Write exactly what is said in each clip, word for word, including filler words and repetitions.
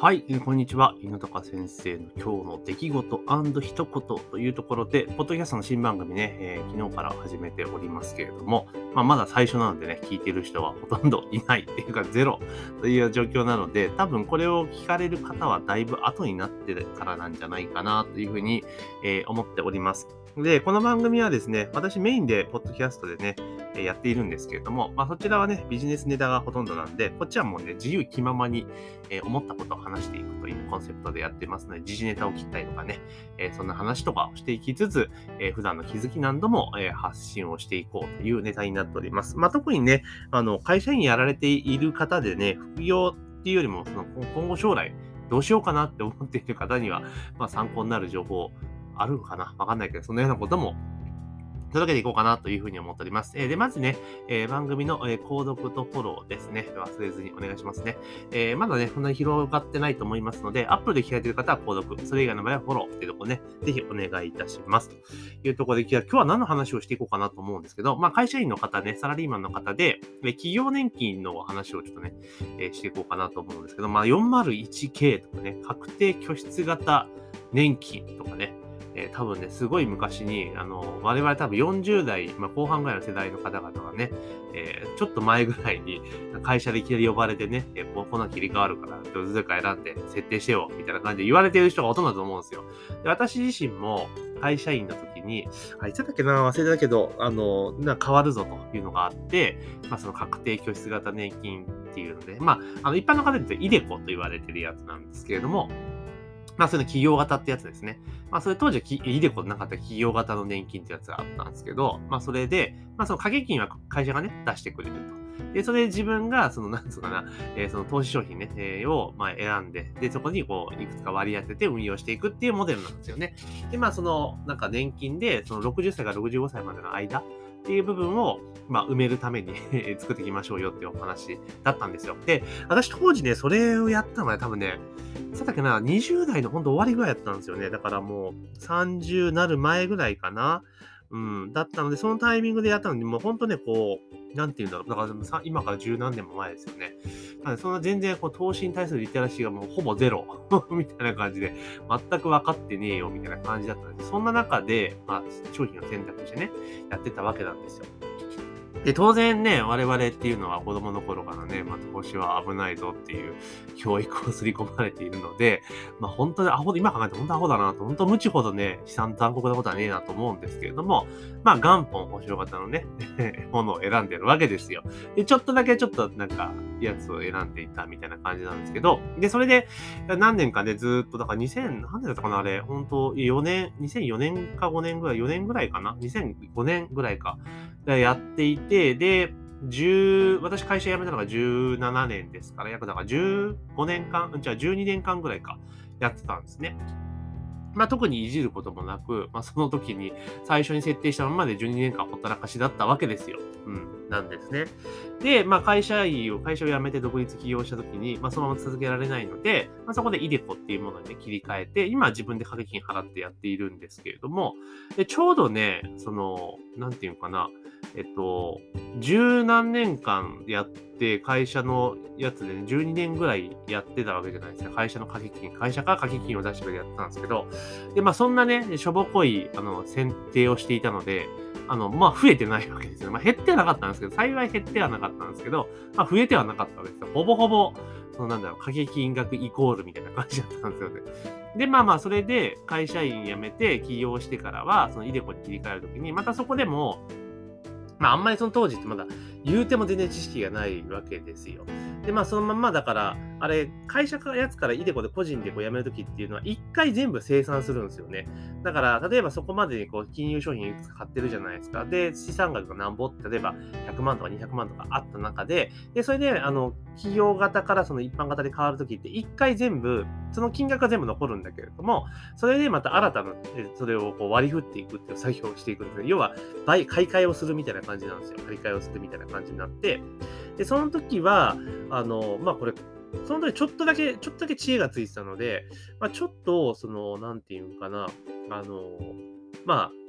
はい、えーこんにちは。犬高先生の今日の出来事一言というところで、ポッドキャストの新番組ね、えー昨日から始めておりますけれども、まあ、まだ最初なのでね、聞いてる人はほとんどいないっていうかゼロという状況なので、多分これを聞かれる方はだいぶ後になってからなんじゃないかなというふうに、えー思っております。で、この番組はですね、私メインでポッドキャストでね、えーやっているんですけれども、まあそちらはね、ビジネスネタがほとんどなんで、こっちはもうね、自由気ままに、えー思ったことを話していくというコンセプトでやってますので、時事ネタを切ったりとかね、えーそんな話とかをしていきつつ、えー普段の気づき何度も、えー発信をしていこうというネタになっております。まあ特にね、あの、会社員やられている方でね、副業っていうよりも、その今後将来どうしようかなって思っている方には、まあ参考になる情報あるのかなわかんないけど、そのようなことも届けていこうかなというふうに思っております。えーで、まずね、えー番組の、えー購読とフォローですね。忘れずにお願いしますね。えーまだね、そんなに広がってないと思いますので、Apple で開いている方は購読、それ以外の場合はフォローっていうところね、ぜひお願いいたします。というところで、今日は何の話をしていこうかなと思うんですけど、まあ、会社員の方ね、サラリーマンの方で、えー企業年金の話をちょっとね、えーしていこうかなと思うんですけど、まあ、よんまるいちケー とかね、確定拠出型年金とかね、えー多分ね、すごい昔に、あの、我々多分よんじゅう代、まあ、後半ぐらいの世代の方々がね、えーちょっと前ぐらいに会社でいきなり呼ばれてね、えーこうこんな切り替わるから、どれか選んで設定してよ、みたいな感じで言われてる人がほとんどだと思うんですよ。で、私自身も会社員の時に、あ、いつだっけな、忘れたけど、あの、な変わるぞというのがあって、まあ、その確定拠出型年金っていうので、まあ、あの、一般の方で言うとイデコと言われてるやつなんですけれども、まあ、それの企業型ってやつですね。まあ、それ当時はきイデコなかった企業型の年金ってやつがあったんですけど、まあ、それで、まあ、その掛け金は会社がね、出してくれると。で、それで自分が、その、なんつうかな、えーその投資商品ね、えーを、まあ、選んで、で、そこに、こう、いくつか割り当てて運用していくっていうモデルなんですよね。で、まあ、その、なんか年金で、そのろくじゅっさいからろくじゅうごさいまでの間っていう部分を、まあ、埋めるために作っていきましょうよっていうお話だったんですよ。で、私当時ね、それをやったのは多分ね、いつだっけな、にじゅう代のほんと終わりぐらいだったんですよね。だからもうさんじゅうなる前ぐらいかな。うん、だったので、そのタイミングでやったのに、もうほんとね、こう、なんて言うんだろう。だからさ今から十何年も前ですよね。なのでそんな全然こう投資に対するリテラシーがもうほぼゼロみたいな感じで、全く分かってねえよみたいな感じだったので、そんな中で、まあ、商品を選択してね、やってたわけなんですよ。で、当然ね、我々っていうのは子供の頃からね、まあ、投資は危ないぞっていう教育を刷り込まれているので、まあ、本当にアホ、今考えて本当アホだなと、本当無知ほどね、悲惨残酷なことはねえなと思うんですけれども、まあ、元本保証型のね、ものを選んでるわけですよ。で、ちょっとだけちょっとなんか、やつを選んでいたみたいな感じなんですけど、で、それで、何年かね、ずーっと、だからにせん、何年だったかな、あれ、本当よねん、にせんよねんかごねんぐらい、よねんぐらいかな、にせんごねんぐらいか。やっていて、で、じゅう私会社辞めたのがじゅうななねんですから、約だからじゅうごねんかん、じゃあじゅうにねんかんぐらいか、やってたんですね。まあ、特にいじることもなく、まあ、その時に最初に設定したままでじゅうにねんかんほったらかしだったわけですよ。うん、なんですね。で、まあ、会社員を、会社を辞めて独立起業した時に、まあ、そのまま続けられないので、まあ、そこでイデコっていうものにね、切り替えて、今は自分で掛け金払ってやっているんですけれども、で、ちょうどね、その、なんていうのかな、えっと、十何年間やって、会社のやつでね、じゅうにねんぐらいやってたわけじゃないですか。会社の掛け金、会社から掛け金を出してくれてやってたんですけど、で、まあそんなね、しょぼこい、あの、選定をしていたので、あの、まあ増えてないわけですよ。まあ減ってはなかったんですけど、幸い減ってはなかったんですけど、まあ増えてはなかったわけですよ。ほぼほぼ、そのなんだろう、掛け金額イコールみたいな感じだったんですよね。で、まあまあ、それで会社員辞めて起業してからは、そのイデコに切り替えるときに、またそこでも、まあ、あんまりその当時ってまだ言うても全然知識がないわけですよ。で、まあ、そのまんまだから、あれ、会社からやつからイデコで個人でこう辞めるときっていうのは、一回全部清算するんですよね。だから、例えばそこまでにこう、金融商品いくつか買ってるじゃないですか。で、資産額がなんぼって、例えばひゃくまんとかにひゃくまんとかあった中で、で、それで、あの、企業型からその一般型で変わるときって、一回全部、その金額が全部残るんだけれども、それでまた新たな、えそれをこう割り振っていくっていう作業をしていくんですね。要は、倍、買い替えをするみたいな感じなんですよ。買い替えをするみたいな感じになって、で、その時は、あの、まあ、これ、その時ちょっとだけ、ちょっとだけ知恵がついてたので、まあ、ちょっと、その、なんていうのかな、あの、まあ、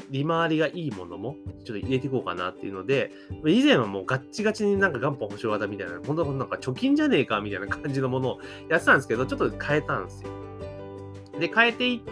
利回りがいいものもちょっと入れていこうかなっていうので、以前はもうガッチガチになんか元本保証型みたいな、本当なんか貯金じゃねえかみたいな感じのものをやってたんですけど、ちょっと変えたんですよ。で、変えていって、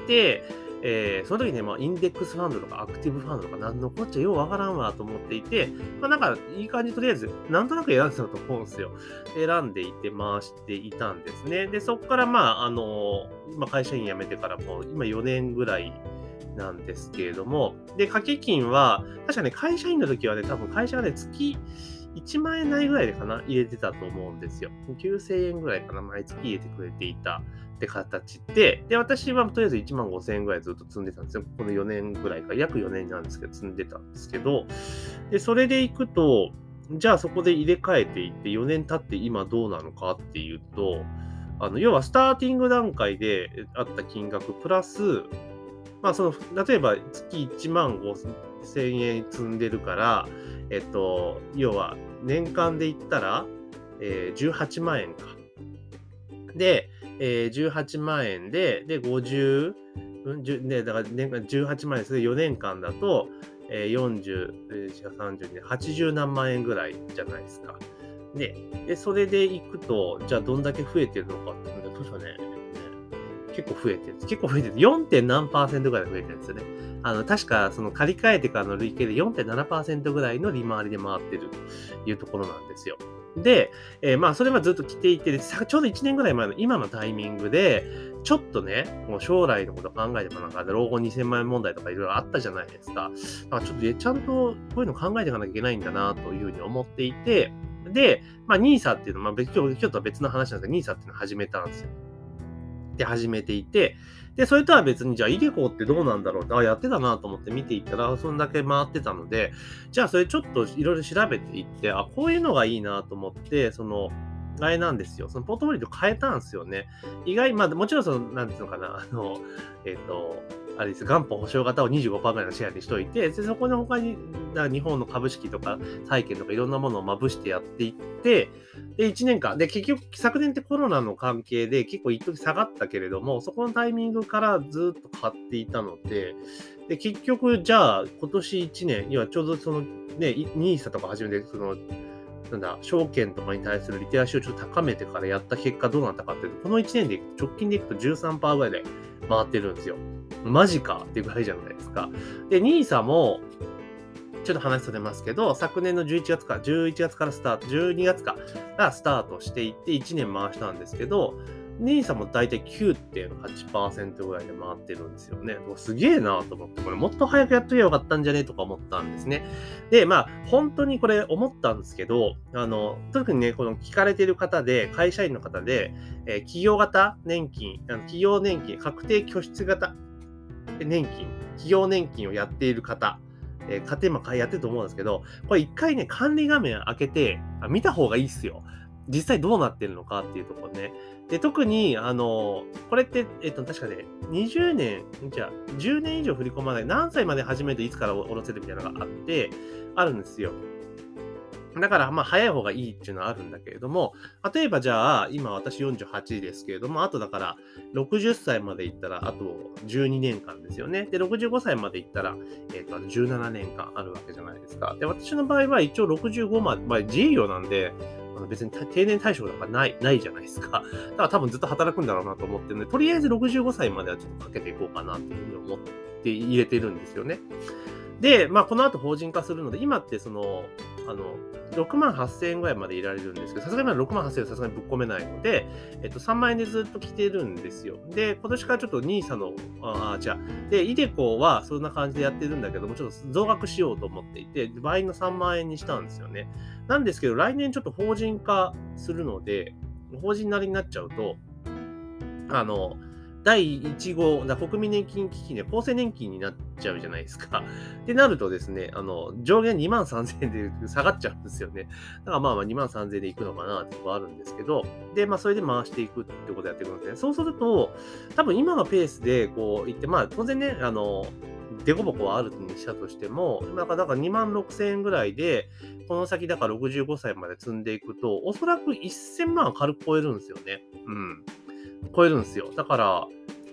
えー、その時ね、まあ、インデックスファンドとかアクティブファンドとか、なんのこっちゃようわからんわと思っていて、まあ、なんか、いい感じ、とりあえず、なんとなく選んでたと思うんですよ。選んでいて回していたんですね。で、そこから、まあ、あのー、まあ、会社員辞めてからもう、今よねんぐらいなんですけれども、で、掛け金は、確かね、会社員の時はね、多分会社がね、月いちまん円ないぐらいでかな、入れてたと思うんですよ。きゅうせんえんぐらいかな、毎月入れてくれていたって形で、で、私はとりあえずいちまんごせんえんぐらいずっと積んでたんですよ。このよねんぐらいか、約よねんなんですけど、積んでたんですけど、で、それでいくと、じゃあそこで入れ替えていって、よねん経って今どうなのかっていうと、あの、要はスターティング段階であった金額プラス、まあ、その、例えば月いちまんごせんえん積んでるから、えっと、要は年間で言ったら、えー、じゅうはちまんえんか。で、えー、じゅうはちまんえんで、で、ごじゅう、うん、じゅね、だから年間じゅうはちまんえんですね。よねんかんだと、えー、よんじゅう、えー、さんじゅうね、はちじゅうなんまん円ぐらいじゃないですか。で、でそれでいくと、じゃあどんだけ増えてるのかっていうので、どうしようね。結構増えてる。結構増えてる。よん. 点何パーセントぐらい増えてるんですよね。あの、確か、その借り換えてからの累計で よんてんななパーセント ぐらいの利回りで回ってるというところなんですよ。で、えー、まあ、それはずっと来ていて、ちょうどいちねんぐらい前の今のタイミングで、ちょっとね、もう将来のこと考えてもなんか、老後にせんまん円問題とかいろいろあったじゃないですか。だからちょっとちゃんとこういうの考えていかなきゃいけないんだなというふうに思っていて、で、まあ、ニーサ っていうのは、まあ、別今日とは別の話なんですけど、ニーサ っていうのを始めたんですよ。で始めていて、で、それとは別に、じゃあ、イデコってどうなんだろうって、あ、やってたなと思って見ていったら、そんだけ回ってたので、じゃあ、それちょっといろいろ調べていって、あ、こういうのがいいなと思って、その、あれなんですよ。そのポートフォリオ変えたんですよね。意外、まあ、もちろんその、なんていうのかな、あの、えっと、あれです、元本保証型を にじゅうごパーセント ぐらいのシェアにしといて、でそこの他に、日本の株式とか債券とかいろんなものをまぶしてやっていって、で、いちねんかん。で、結局、昨年ってコロナの関係で結構一時下がったけれども、そこのタイミングからずっと買っていたので、で、結局、じゃあ、今年いちねん、要はちょうどその、ね、ニーサとか始めて、その、なんだ、証券とかに対するリテラシーをちょっと高めてからやった結果どうなったかっていうと、このいちねんで直近でいくと じゅうさんパーセント ぐらいで回ってるんですよ。マジかっていうぐらいじゃないですか。で、ニーサも、ちょっと話それますけど、昨年のじゅういちがつか、じゅういちがつからスタート、じゅうにがつか、からスタートしていっていちねん回したんですけど、ニーサもだいたい きゅうてんはちパーセント ぐらいで回ってるんですよね。もうすげえなと思って、これもっと早くやっときゃよかったんじゃねとか思ったんですね。で、まあ、本当にこれ思ったんですけど、あの、特にね、この聞かれてる方で、会社員の方で、えー、企業型年金、あの企業年金、確定拠出型年金、企業年金をやっている方、えー、家庭もやってると思うんですけど、これ一回ね、管理画面開けて、見た方がいいっすよ。実際どうなってるのかっていうところね。で、特に、あの、これって、えっと、確かね、にじゅうねん、じゃあ、じゅうねん以上振り込まない、何歳まで始めていつから下ろせるみたいなのがあって、あるんですよ。だから、まあ、早い方がいいっていうのはあるんだけれども、例えばじゃあ、今私よんじゅうはちですけれども、あとだから、ろくじゅっさいまで行ったら、あとじゅうにねんかんですよね。で、ろくじゅうごさいまで行ったら、えっと、じゅうななねんかんあるわけじゃないですか。で、私の場合は一応ろくじゅうごまで、まあ、自営業なんで、あの別に定年対象なんかない、ないじゃないですか。だから多分ずっと働くんだろうなと思ってるので、とりあえずろくじゅうごさいまではちょっとかけていこうかなっていうふうに思って入れてるんですよね。で、まあ、この後法人化するので、今ってその、あの、ろくまんはっせんえんぐらいまでいられるんですけど、さすがにまだろくまんはっせんえんはさすがにぶっ込めないので、えっと、さんまんえんでずっと来てるんですよ。で、今年からちょっとニーサの、ああ、じゃあ、で、イデコはそんな感じでやってるんだけども、ちょっと増額しようと思っていて、倍のさんまんえんにしたんですよね。なんですけど、来年ちょっと法人化するので、法人なりになっちゃうと、あの、だいいち号、国民年金基金で厚生年金になっちゃうじゃないですか。ってなるとですね、あの、上限にまんさんぜんえんで下がっちゃうんですよね。だからまあまあにまんさんぜんえんでいくのかなってとこあるんですけど、で、まあそれで回していくってことをやっていくんですね。そうすると、多分今のペースでこう言って、まあ当然ね、あの、デコボコはあるにしたとしても、なんか、なんかにまんろくせんえんぐらいで、この先だからろくじゅうごさいまで積んでいくと、おそらくせんまん軽く超えるんですよね。うん。超えるんですよ。だから、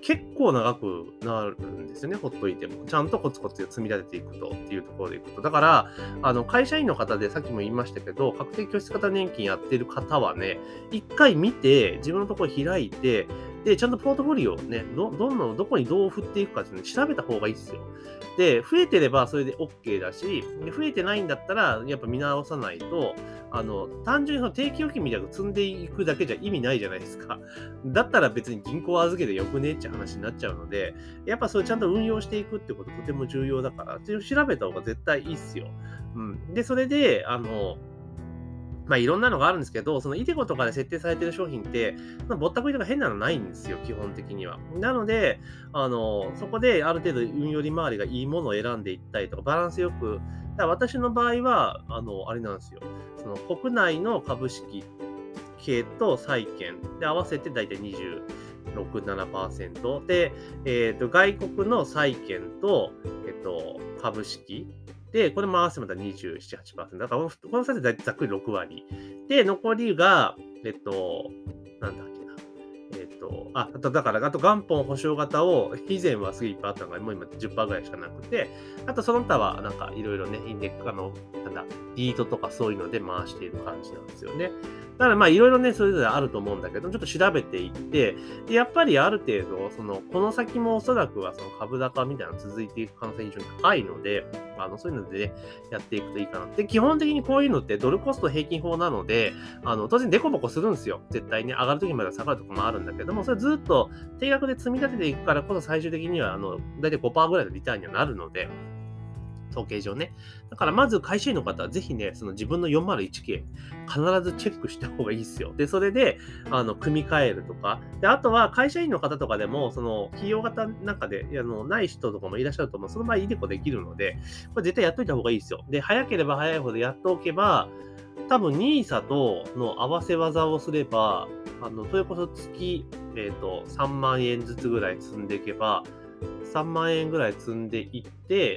結構長くなるんですよね、ほっといても。ちゃんとコツコツ積み立てていくとっていうところでいくと。だから、あの、会社員の方でさっきも言いましたけど、確定拠出型年金やってる方はね、一回見て、自分のところ開いて、で、ちゃんとポートフォリオをね、ど、どんなの、どこにどう振っていくかっていうのを調べた方がいいですよ。で、増えてればそれで OK だし、で増えてないんだったら、やっぱ見直さないと、あの、単純にその定期預金みたいなの積んでいくだけじゃ意味ないじゃないですか。だったら別に銀行預けてよくねって話になっちゃうので、やっぱそれちゃんと運用していくってこととても重要だから、それを調べた方が絶対いいっすよ。うん。で、それで、あの、まあ、いろんなのがあるんですけど、そのイデコとかで設定されてる商品って、そのぼったくりとか変なのないんですよ、基本的には。なので、あの、そこである程度運用利回りがいいものを選んでいったりとか、バランスよく、だから私の場合は、あの、あれなんですよ。その国内の株式系と債券で合わせてだいたいにじゅうろく、ななパーセントで、えっと、外国の債券と、えっと、株式で、これも合わせてまたにじゅうなな、はちパーセント。だから、このふたつでだいたいざっくりろく割。で、残りが、えっと、なんだっけな。えっと、あ、あと、だから、あと元本保証型を、以前はすげえいっぱいあったのが、もう今じゅっパーセントぐらいしかなくて、あとその他は、なんかいろいろね、インデックス、あの、なんだ、リートとかそういうので回している感じなんですよね。だからまあいろいろね、それぞれあると思うんだけど、ちょっと調べていって、でやっぱりある程度、その、この先もおそらくはその株高みたいなのが続いていく可能性が非常に高いので、あの、そういうのでね、やっていくといいかな。で、基本的にこういうのってドルコスト平均法なので、あの、当然デコボコするんですよ。絶対ね、上がるときまで下がるとこもあるんだけども、それずっと定額で積み立てていくからこそ最終的には、あの、だいたい ごパーセント ぐらいのリターンにはなるので、統計上ね。だからまず会社員の方はぜひね、その自分の よんまるいちケー 必ずチェックした方がいいですよ。で、それで、あの、組み替えるとか。で、あとは会社員の方とかでも、その、企業型の中で、あの、ない人とかもいらっしゃると思う。その場合、イデコできるので、これ絶対やっといた方がいいですよ。で、早ければ早いほどやっておけば、多分 ニーサ との合わせ技をすれば、あの、それこそ月、えっと、さんまんえんずつぐらい積んでいけば、さんまんえんぐらい積んでいって、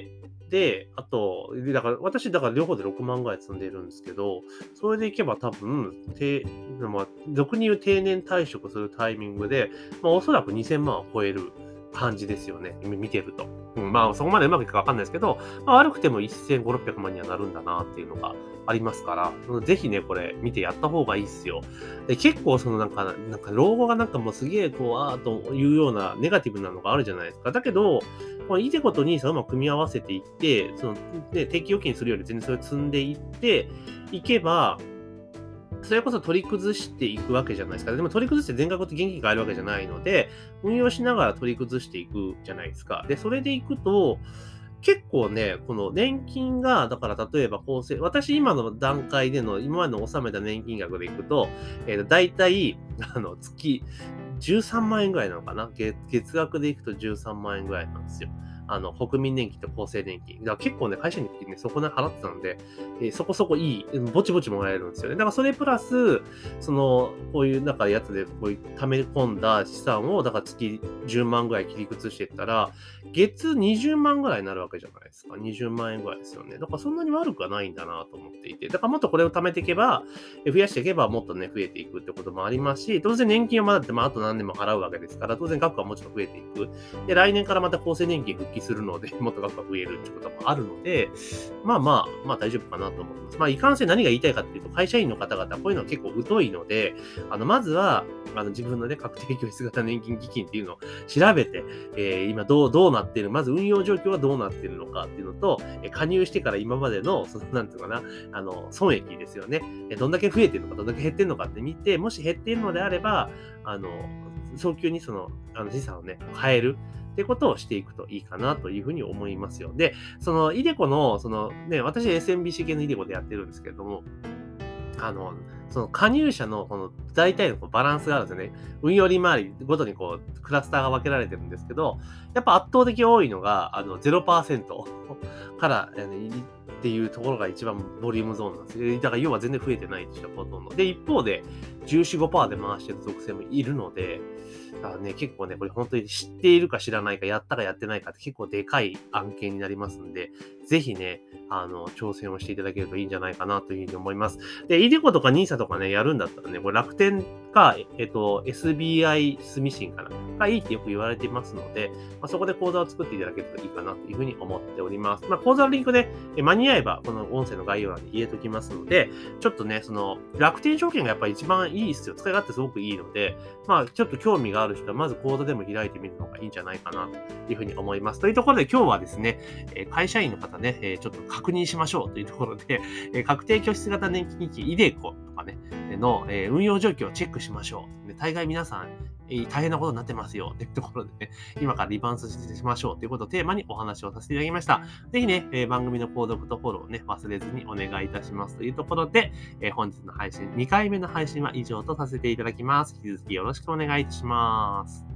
で、あと、だから、私、だから両方でろくまんぐらい積んでいるんですけど、それでいけば多分、てまあ、俗に言う定年退職するタイミングで、まあ、おそらくにせんまんは超える感じですよね。見てると。うん、まあ、そこまでうまくいくかわかんないですけど、まあ、悪くてもせんごひゃく、ろっぴゃくまんにはなるんだなっていうのがありますから、ぜひね、これ見てやった方がいいっすよ。で、結構そのなんか、なんか老後がなんかもうすげえこう、あーというようなネガティブなのがあるじゃないですか。だけど、このイデコとニーサをうまく組み合わせていって、その、ね、定期預金するより全然それ積んでいって、いけば、それこそ取り崩していくわけじゃないですか。でも取り崩して全額って現金があるわけじゃないので、運用しながら取り崩していくじゃないですか。で、それでいくと、結構ね、この年金が、だから例えば構成、私今の段階での、今までの納めた年金額でいくと、えー、だいたい、あの、月じゅうさんまんえんぐらいなのかな。月、月額でいくとじゅうさんまんえんぐらいなんですよ。あの、国民年金と厚生年金。だから結構ね、会社にね、そこで払ってたので、えーそこそこいい、ぼちぼちもらえるんですよね。だからそれプラス、その、こういうなんかやつで、こういう溜め込んだ資産を、だから月じゅうまんぐらい切り崩していったら、月にじゅうまんぐらいになるわけじゃないですか。にじゅうまんえんぐらいですよね。だからそんなに悪くはないんだなと思っていて。だからもっとこれを貯めていけば、え増やしていけばもっとね、増えていくってこともありますし、当然年金はまだって、まあ、あと何年も払うわけですから、当然額はもちろん増えていく。で、来年からまた厚生年金復帰するので、もっと額が増えるってこともあるので、まあまあ、まあ大丈夫かなと思います。まあ、いかんせん何が言いたいかっていうと、会社員の方々、こういうのは結構疎いので、あの、まずは、あの、自分のね、確定拠出型年金基金っていうのを調べて、えー、今どう、どうなっている、まず運用状況はどうなっているのかっていうのと、えー、加入してから今までの、その、なんていうのかな、あの、損益ですよね。えー、どんだけ増えてるのか、どんだけ減ってるのかって見て、もし減っているのであれば、あの、早急にその、あの、資産をね、変える。ってことをしていくといいかなというふうに思いますよ。で、その、イデコの、そのね、私 エスエムビーシー 系のイデコでやってるんですけれども、あの、その加入者のこの大体のこうバランスがあるんですよね。運用利回りごとにこうクラスターが分けられてるんですけど、やっぱ圧倒的多いのがあの ゼロパーセント からあのっていうところが一番ボリュームゾーンなんですよ。だから要は全然増えてないでしょ、ほとんど。で、一方でじゅうよん、ごパーセントで回してる属性もいるので、 だからね、結構ね、これ本当に知っているか知らないか、やったかやってないかって結構でかい案件になりますんで、ぜひね、あの、挑戦をしていただけるといいんじゃないかなというふうに思います。で、イデコとかニーサとかね、やるんだったらね、これ楽天か、えっと、エスビーアイ 住信かな、がいいってよく言われていますので、まあ、そこで講座を作っていただけるといいかなというふうに思っております。まあ、講座のリンクで、え間に合えば、この音声の概要欄に入れときますので、ちょっとね、その、楽天証券がやっぱり一番いいですよ。使い勝手すごくいいので、まあ、ちょっと興味がある人は、まず講座でも開いてみるのがいいんじゃないかなというふうに思います。というところで今日はですね、え会社員の方ね、えちょっと確認しましょうというところで、え確定拠出型年金基金イデコとかね、の、え運用状況をチェックしましょう。で大概皆さん、え大変なことになってますよっていうところでね、今からリバウンスしましょうということをテーマにお話をさせていただきました。ぜひね、え番組の購読とフォローをね、忘れずにお願いいたしますというところで、え本日の配信、にかいめの配信は以上とさせていただきます。引き続きよろしくお願いいたします。